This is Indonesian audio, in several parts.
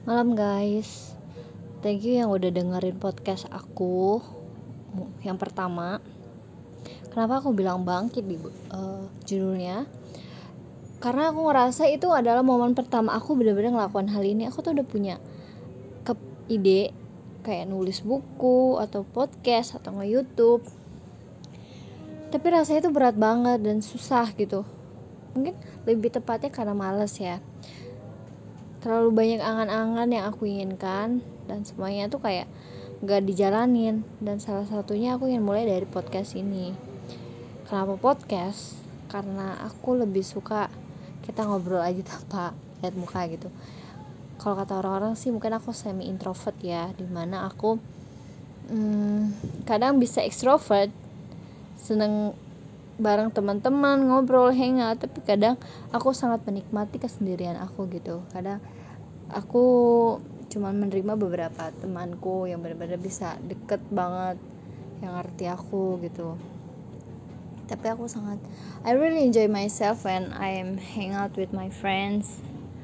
Malam guys, thank you yang udah dengerin podcast aku yang pertama. Kenapa aku bilang bangkit di judulnya? Karena aku ngerasa itu adalah momen pertama aku benar-benar ngelakuin hal ini. Aku tuh udah punya ide kayak nulis buku atau podcast atau nge-YouTube. Tapi rasanya itu berat banget dan susah gitu. Mungkin lebih tepatnya karena males ya. Terlalu banyak angan-angan yang aku inginkan dan semuanya tuh kayak gak dijalanin. Dan salah satunya aku ingin mulai dari podcast ini. Kenapa podcast? Karena aku lebih suka kita ngobrol aja tanpa lihat muka gitu. Kalau kata orang-orang sih mungkin aku semi introvert ya, dimana aku kadang bisa extrovert, seneng bareng teman-teman ngobrol hangout, tapi kadang aku sangat menikmati kesendirian aku gitu. Kadang aku cuman menerima beberapa temanku yang benar-benar bisa deket banget, yang ngerti aku gitu. Tapi aku I really enjoy myself when I'm hang out with my friends.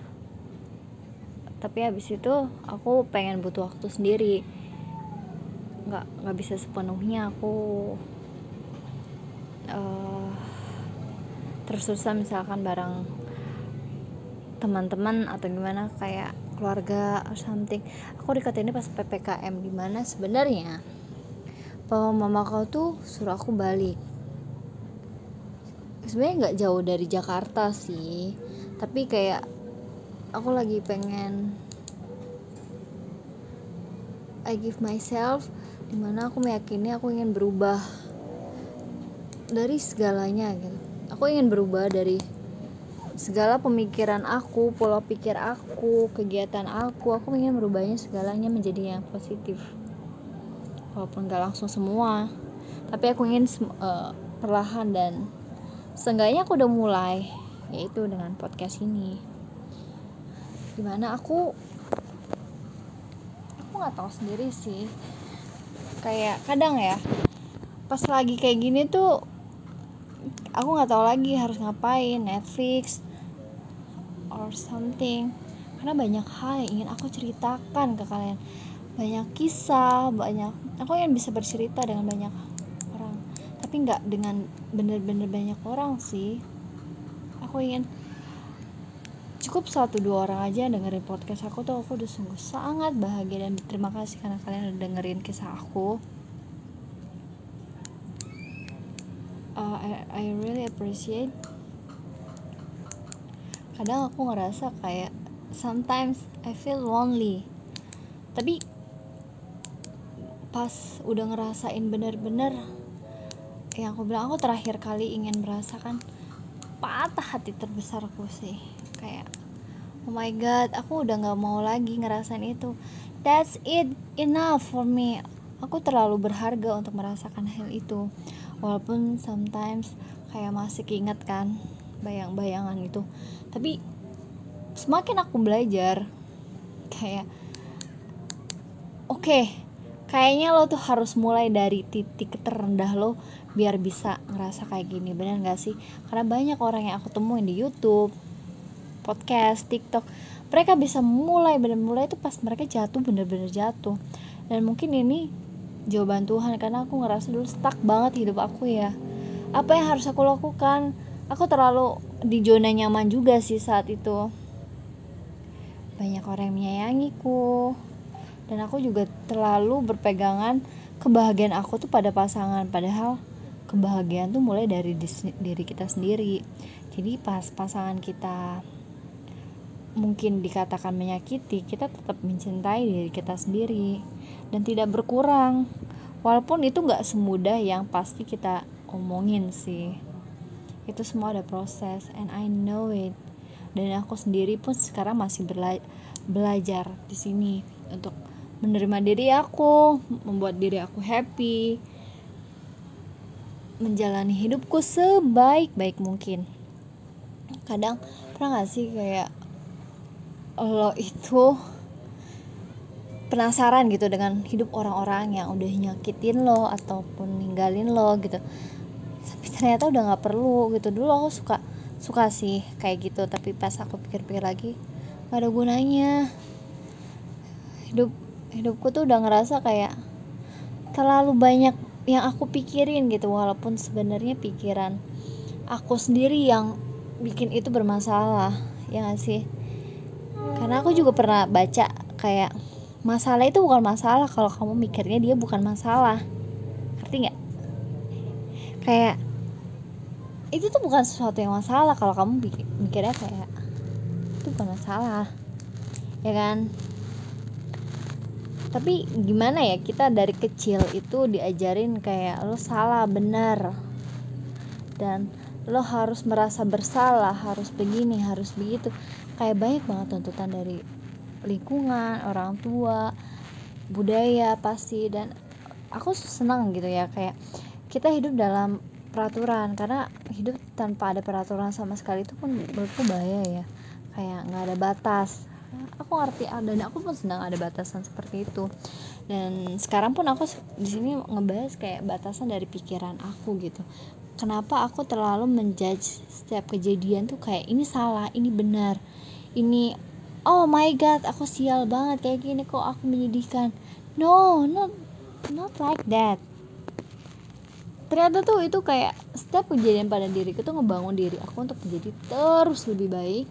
Tapi habis itu aku pengen butuh waktu sendiri. Nggak bisa sepenuhnya aku terus-terusan misalkan bareng teman-teman atau gimana kayak keluarga or something. Aku dekat ini pas PPKM, dimana sebenarnya papa mama kau tuh suruh aku balik. Sebenarnya nggak jauh dari Jakarta sih, tapi kayak aku lagi pengen I give myself, dimana aku meyakini aku ingin berubah dari segalanya gitu. Aku ingin berubah dari segala pemikiran aku, pola pikir aku, kegiatan aku ingin merubahnya segalanya menjadi yang positif. Walaupun gak langsung semua, tapi aku ingin perlahan, dan seenggaknya aku udah mulai, yaitu dengan podcast ini. Dimana aku gak tahu sendiri sih, kayak kadang ya pas lagi kayak gini tuh aku nggak tahu lagi harus ngapain, Netflix or something, karena banyak hal yang ingin aku ceritakan ke kalian, banyak kisah, aku yang bisa bercerita dengan banyak orang, tapi nggak dengan bener-bener banyak orang sih. Aku ingin cukup 1-2 orang aja dengerin podcast aku tuh aku udah sungguh sangat bahagia dan berterima kasih karena kalian udah dengerin kisah aku. I really appreciate. Kadang aku ngerasa kayak sometimes I feel lonely, tapi pas udah ngerasain bener-bener yang aku bilang, aku terakhir kali ingin merasakan patah hati terbesarku sih, kayak oh my god, aku udah gak mau lagi ngerasain itu. That's it, enough for me. Aku terlalu berharga untuk merasakan hal itu. Walaupun sometimes kayak masih keinget kan bayang-bayangan itu, tapi semakin aku belajar kayak oke, kayaknya lo tuh harus mulai dari titik terendah lo biar bisa ngerasa kayak gini, bener gak sih? Karena banyak orang yang aku temuin di YouTube, podcast, TikTok, mereka bisa mulai itu pas mereka jatuh, bener-bener jatuh. Dan mungkin ini jawaban Tuhan, karena aku ngerasa dulu stuck banget hidup aku ya. Apa yang harus aku lakukan? Aku terlalu di zona nyaman juga sih saat itu. Banyak orang yang menyayangiku, dan aku juga terlalu berpegangan kebahagiaan aku tuh pada pasangan, padahal kebahagiaan tuh mulai dari diri kita sendiri. Jadi pas pasangan kita mungkin dikatakan menyakiti, kita tetap mencintai diri kita sendiri dan tidak berkurang, walaupun itu gak semudah yang pasti kita omongin sih. Itu semua ada proses, and I know it. Dan aku sendiri pun sekarang masih belajar di sini untuk menerima diri aku, membuat diri aku happy, menjalani hidupku sebaik-baik mungkin. Kadang pernah gak sih kayak lo itu penasaran gitu dengan hidup orang-orang yang udah nyakitin lo ataupun ninggalin lo gitu, tapi ternyata udah gak perlu gitu. Dulu aku suka sih kayak gitu, tapi pas aku pikir-pikir lagi gak ada gunanya. hidupku tuh udah ngerasa kayak terlalu banyak yang aku pikirin gitu, walaupun sebenarnya pikiran aku sendiri yang bikin itu bermasalah, ya gak sih? Karena aku juga pernah baca kayak masalah itu bukan masalah kalau kamu mikirnya dia bukan masalah, ngerti nggak? Kayak itu tuh bukan sesuatu yang masalah kalau kamu mikirnya kayak itu bukan masalah, ya kan? Tapi gimana ya, kita dari kecil itu diajarin kayak lo salah benar, dan lo harus merasa bersalah, harus begini, harus begitu. Kayak banyak banget tuntutan dari lingkungan, orang tua, budaya pasti. Dan aku senang gitu ya, kayak kita hidup dalam peraturan, karena hidup tanpa ada peraturan sama sekali itu pun menurutku bahaya ya, kayak nggak ada batas. Aku ngerti, dan aku pun sedang ada batasan seperti itu. Dan sekarang pun aku di sini ngebahas kayak batasan dari pikiran aku gitu. Kenapa aku terlalu menjudge setiap kejadian tuh kayak ini salah, ini benar, ini oh my god aku sial banget kayak gini, kok aku menyedihkan. No, not like that. Ternyata tuh itu kayak setiap kejadian pada diriku tuh ngebangun diri aku untuk menjadi terus lebih baik,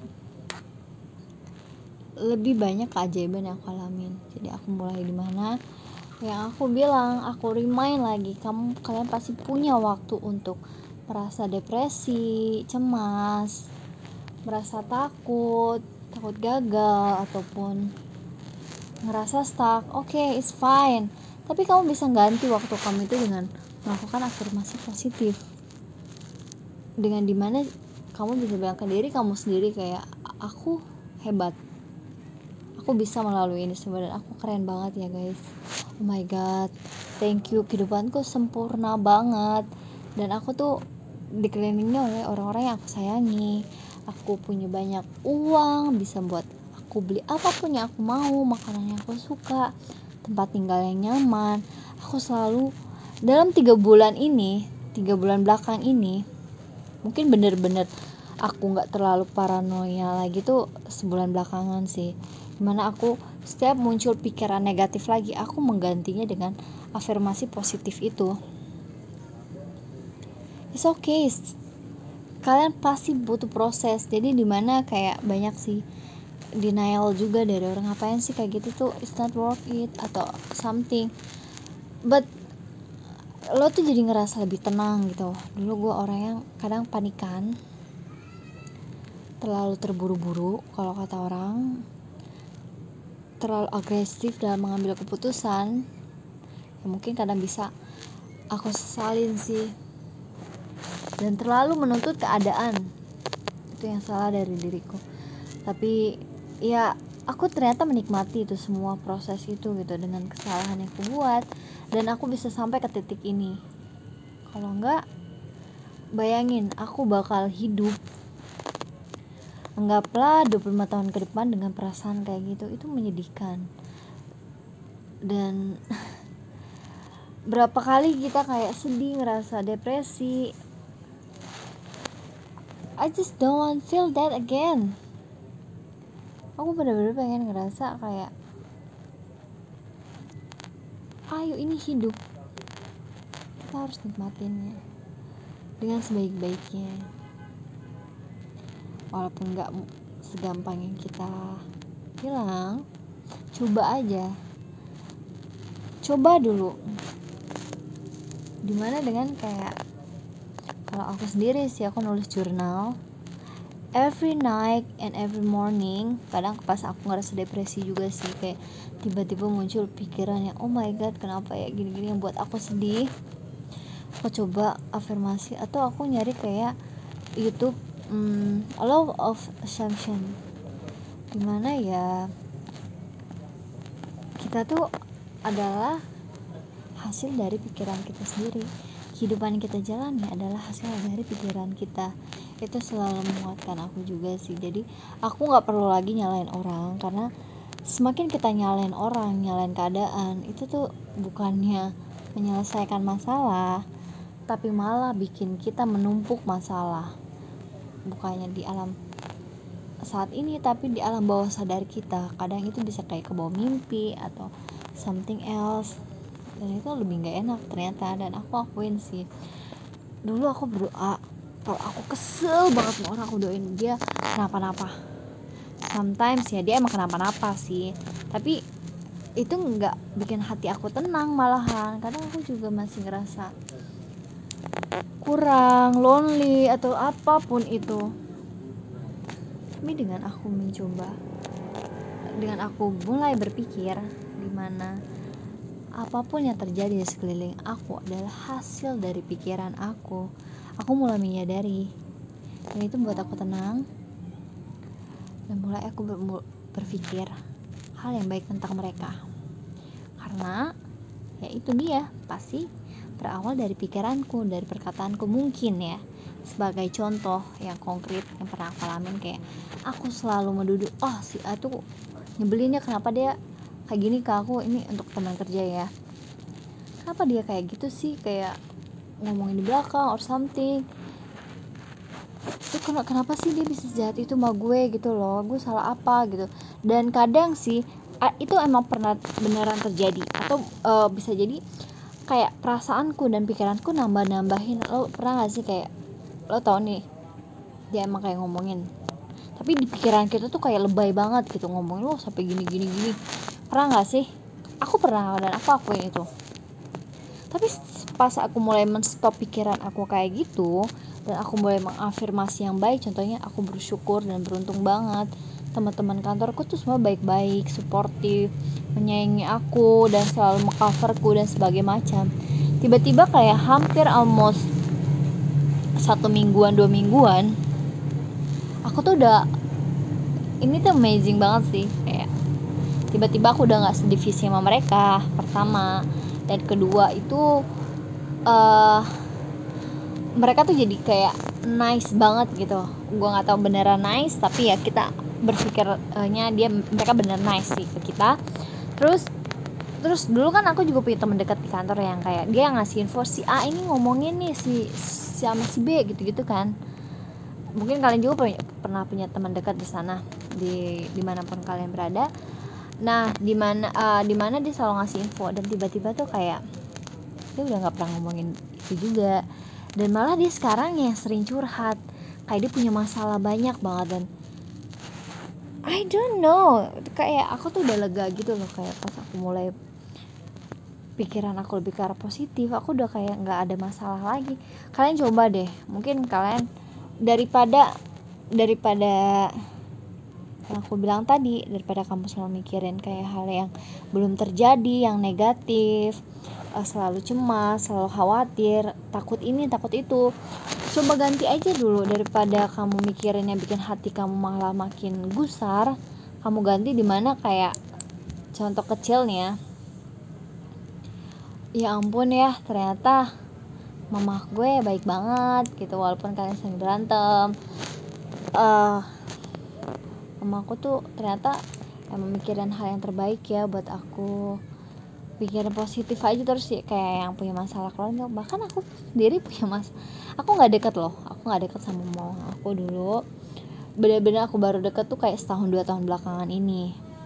lebih banyak keajaiban yang aku alamin. Jadi aku mulai di mana yang aku bilang, aku remind lagi, kalian pasti punya waktu untuk merasa depresi, cemas, merasa takut gagal, ataupun ngerasa stuck. Okay, it's fine. Tapi kamu bisa ganti waktu kamu itu dengan melakukan afirmasi positif, dengan dimana kamu bisa bilang ke diri kamu sendiri kayak aku hebat, aku bisa melalui ini semua, dan aku keren banget ya guys. Oh my god, thank you, kehidupanku sempurna banget, dan aku tuh dikelilingi oleh orang-orang yang aku sayangi. Aku punya banyak uang, bisa buat aku beli apapun yang aku mau, makanan yang aku suka, tempat tinggal yang nyaman. Aku selalu dalam 3 bulan belakang ini, mungkin bener-bener aku gak terlalu paranoia lagi tuh sebulan belakangan sih, dimana aku setiap muncul pikiran negatif lagi, aku menggantinya dengan afirmasi positif itu. It's okay, kalian pasti butuh proses. Jadi dimana kayak banyak sih denial juga dari orang, ngapain sih kayak gitu tuh, it's not worth it atau something. But lo tuh jadi ngerasa lebih tenang gitu. Dulu gue orang yang kadang panikan, terlalu terburu-buru kalau kata orang, terlalu agresif dalam mengambil keputusan. Ya mungkin kadang bisa aku sesalin sih, dan terlalu menuntut keadaan. Itu yang salah dari diriku. Tapi ya aku ternyata menikmati itu semua proses itu gitu, dengan kesalahan yang aku buat, dan aku bisa sampai ke titik ini. Kalau enggak, bayangin aku bakal hidup, anggaplah 25 tahun ke depan dengan perasaan kayak gitu. Itu menyedihkan. Dan berapa kali kita kayak sedih, ngerasa depresi. I just don't want feel that again. Aku benar-benar pengen ngerasa kayak ayo, ini hidup, kita harus nikmatinnya dengan sebaik-baiknya, walaupun gak segampang yang kita bilang. Coba aja, coba dulu. Dimana dengan kayak kalau aku sendiri sih, aku nulis jurnal every night and every morning. Kadang pas aku ngerasa depresi juga sih, kayak tiba-tiba muncul pikiran yang oh my god kenapa ya gini-gini yang buat aku sedih. Aku coba afirmasi, atau aku nyari kayak YouTube law of assumption, dimana ya kita tuh adalah hasil dari pikiran kita sendiri. Kehidupan yang kita jalani adalah hasil dari pikiran kita. Itu selalu menguatkan aku juga sih. Jadi aku gak perlu lagi nyalain orang, karena semakin kita nyalain orang, nyalain keadaan, itu tuh bukannya menyelesaikan masalah, tapi malah bikin kita menumpuk masalah. Bukannya di alam saat ini, tapi di alam bawah sadar kita kadang itu bisa kayak kebawa mimpi atau something else, dan itu lebih nggak enak ternyata. Dan aku akuin sih, dulu aku berdoa kalau aku kesel banget sama orang, aku doain dia kenapa-napa. Sometimes ya dia emang kenapa-napa sih, tapi itu nggak bikin hati aku tenang, malahan kadang aku juga masih ngerasa kurang, lonely atau apapun itu. Tapi dengan aku mulai berpikir dimana apapun yang terjadi di sekeliling aku adalah hasil dari pikiran aku mulai menyadari, dan itu membuat aku tenang, dan mulai aku berpikir hal yang baik tentang mereka. Karena ya itu dia pasti berawal dari pikiranku, dari perkataanku mungkin ya. Sebagai contoh yang konkret yang pernah aku alamin, kayak aku selalu menduduk, si A tuh nyebelin ya, kenapa dia kayak gini ke aku. Ini untuk teman kerja ya, kenapa dia kayak gitu sih, kayak ngomongin di belakang or something. Itu kenapa sih dia bisa sejahat itu sama gue gitu loh, gue salah apa gitu. Dan kadang sih itu emang pernah beneran terjadi, atau bisa jadi kayak perasaanku dan pikiranku nambah-nambahin. Lo pernah gak sih kayak lo tau nih dia emang kayak ngomongin, tapi di pikiran kita tuh kayak lebay banget gitu, ngomongin lo sampai gini. Pernah gak sih? Aku pernah, dan aku akuin itu. Tapi pas aku mulai menstop pikiran aku kayak gitu, dan aku mulai mengafirmasi yang baik, contohnya aku bersyukur dan beruntung banget teman-teman kantorku tuh semua baik-baik, suportif, menyayangi aku dan selalu mengcoverku dan sebagainya macam. Tiba-tiba kayak hampir almost 1 mingguan 2 mingguan, aku tuh udah, ini tuh amazing banget sih, kayak tiba-tiba aku udah nggak sedivisi sama mereka, pertama. Dan kedua itu mereka tuh jadi kayak nice banget gitu. Gue nggak tahu beneran nice, tapi ya kita berpikirnya mereka bener nice sih ke kita. Terus dulu kan aku juga punya teman dekat di kantor yang kayak dia ngasih info, si A ini ngomongin nih si sama si B gitu kan. Mungkin kalian juga pernah punya teman dekat di sana, di dimanapun kalian berada. Nah dimana dia selalu ngasih info, dan tiba-tiba tuh kayak dia udah nggak pernah ngomongin itu juga, dan malah dia sekarang yang sering curhat, kayak dia punya masalah banyak banget. Dan I don't know, kayak aku tuh udah lega gitu loh, kayak pas aku mulai pikiran aku lebih ke arah positif, aku udah kayak nggak ada masalah lagi. Kalian coba deh, mungkin kalian daripada yang aku bilang tadi, daripada kamu selalu mikirin kayak hal yang belum terjadi, yang negatif, selalu cemas, selalu khawatir, takut ini takut itu, coba ganti aja dulu. Daripada kamu mikirin yang bikin hati kamu malah makin gusar, kamu ganti dimana kayak contoh kecil nih ya ampun ya, ternyata mamah gue baik banget gitu, walaupun kalian sering berantem. Mama aku tuh ternyata emang mikirin hal yang terbaik ya buat aku. Pikiran positif aja terus ya, kayak yang punya masalah keluarga. Bahkan aku sendiri punya aku nggak deket loh, aku nggak deket sama mama aku dulu. Bener-bener aku baru deket tuh kayak 1-2 tahun belakangan ini.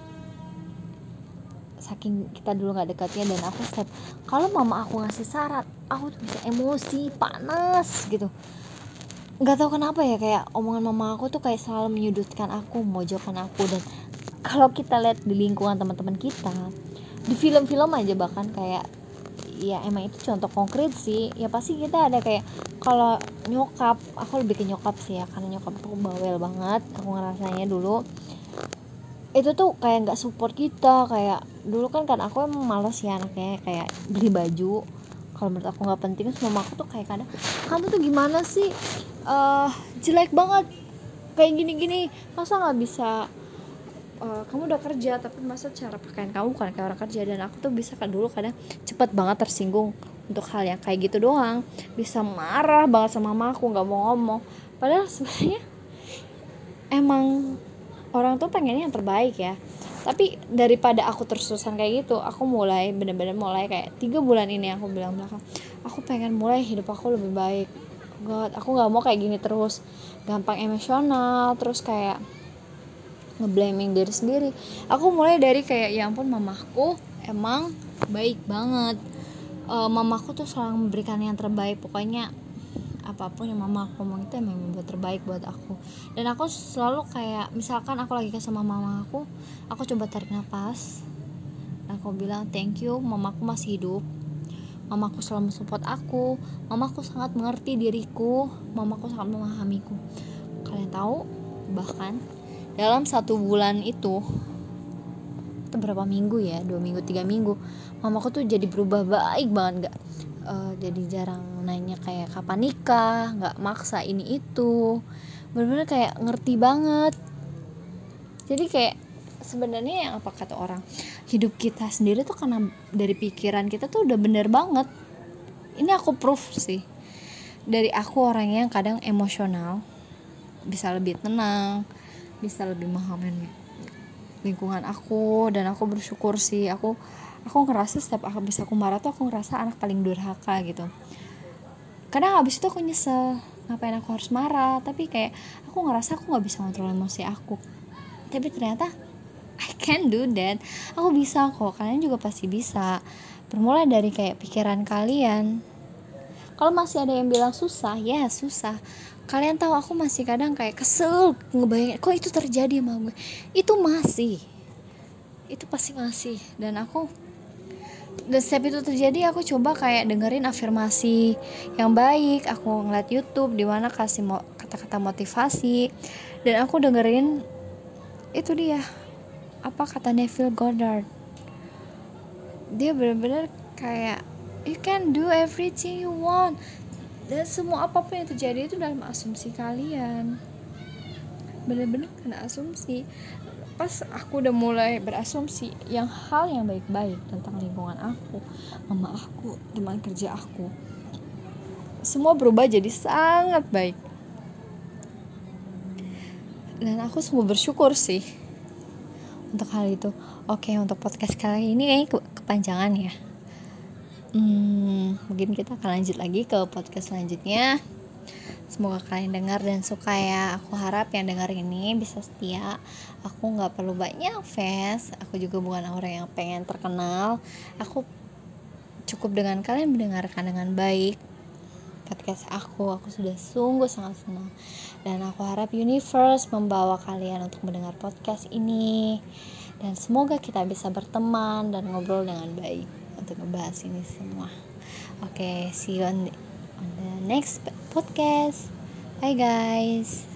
Saking kita dulu nggak dekatnya, dan aku kalau mama aku ngasih syarat, aku tuh bisa emosi panas gitu. Nggak tahu kenapa ya, kayak omongan mama aku tuh kayak selalu menyudutkan aku, memojokkan aku. Dan kalau kita lihat di lingkungan teman-teman kita, di film-film aja bahkan, kayak ya emang itu contoh konkret sih ya, pasti kita ada kayak, kalau nyokap, aku lebih ke nyokap sih ya, karena nyokap aku bawel banget, aku ngerasanya dulu itu tuh kayak nggak support kita. Kayak dulu kan aku emang males ya anaknya, kayak beli baju kalau menurut aku nggak penting. Terus mama aku tuh kayak kadang, kamu tuh gimana sih, jelek banget kayak gini-gini, masa nggak bisa, kamu udah kerja tapi masa cara pakaian kamu bukan kayak orang kerja. Dan aku tuh bisa kan dulu kadang cepet banget tersinggung untuk hal yang kayak gitu doang, bisa marah banget sama mama aku, nggak mau ngomong. Padahal sebenarnya emang orang tuh pengennya yang terbaik ya. Tapi daripada aku terus-terusan kayak gitu, aku mulai bener-bener mulai kayak 3 bulan ini aku bilang belakang, aku pengen mulai hidup aku lebih baik. God, aku nggak mau kayak gini terus, gampang emosional, terus kayak ngeblaming diri sendiri. Aku mulai dari kayak ya ampun, mamaku emang baik banget. Mamaku tuh selalu memberikan yang terbaik, pokoknya apapun yang mama aku ngomong itu emang yang buat terbaik buat aku. Dan aku selalu kayak misalkan aku lagi kesel sama mama aku coba tarik nafas dan aku bilang thank you, mamaku masih hidup, mamaku selalu mensupport aku, mamaku sangat mengerti diriku, mamaku sangat memahamiku. Kalian tahu, bahkan dalam 1 bulan itu berapa minggu ya, 2 minggu 3 minggu, mamaku tuh jadi berubah baik banget. Jadi jarang nanya kayak kapan nikah, nggak maksa ini itu, bener-bener kayak ngerti banget. Jadi kayak sebenarnya yang apa kata orang, hidup kita sendiri tuh karena dari pikiran kita tuh udah bener banget. Ini aku proof sih dari aku, orang yang kadang emosional bisa lebih tenang, bisa lebih memahami lingkungan aku. Dan aku bersyukur sih, aku ngerasa setiap habis aku marah tuh aku ngerasa anak paling durhaka gitu. Kadang habis itu aku nyesel ngapain aku harus marah, tapi kayak aku ngerasa aku nggak bisa kontrol emosi aku. Tapi ternyata I can do that, aku bisa kok, kalian juga pasti bisa. Bermula dari kayak pikiran kalian. Kalau masih ada yang bilang susah, ya susah. Kalian tahu aku masih kadang kayak kesel ngebayangin kok itu terjadi sama gue. Itu pasti masih. Dan setiap itu terjadi aku coba kayak dengerin afirmasi yang baik. Aku ngeliat YouTube dimana kasih kata-kata motivasi, dan aku dengerin itu dia, apa kata Neville Goddard. Dia benar-benar kayak you can do everything you want, dan semua apapun yang terjadi itu dalam asumsi kalian. Bener-bener kena asumsi. Pas aku udah mulai berasumsi hal yang baik-baik tentang lingkungan aku, mama aku, teman kerja aku, semua berubah jadi sangat baik. Dan aku sungguh bersyukur sih untuk hal itu. Oke, untuk podcast kali ini kayaknya kepanjangan ya. Mungkin kita akan lanjut lagi ke podcast selanjutnya. Semoga kalian dengar dan suka ya. Aku harap yang dengar ini bisa setia. Aku gak perlu banyak fans, aku juga bukan orang yang pengen terkenal. Aku cukup dengan kalian mendengarkan dengan baik podcast aku sudah sungguh sangat senang. Dan aku harap universe membawa kalian untuk mendengar podcast ini, dan semoga kita bisa berteman dan ngobrol dengan baik untuk ngebahas ini semua. Oke, see you on the next podcast. Bye guys.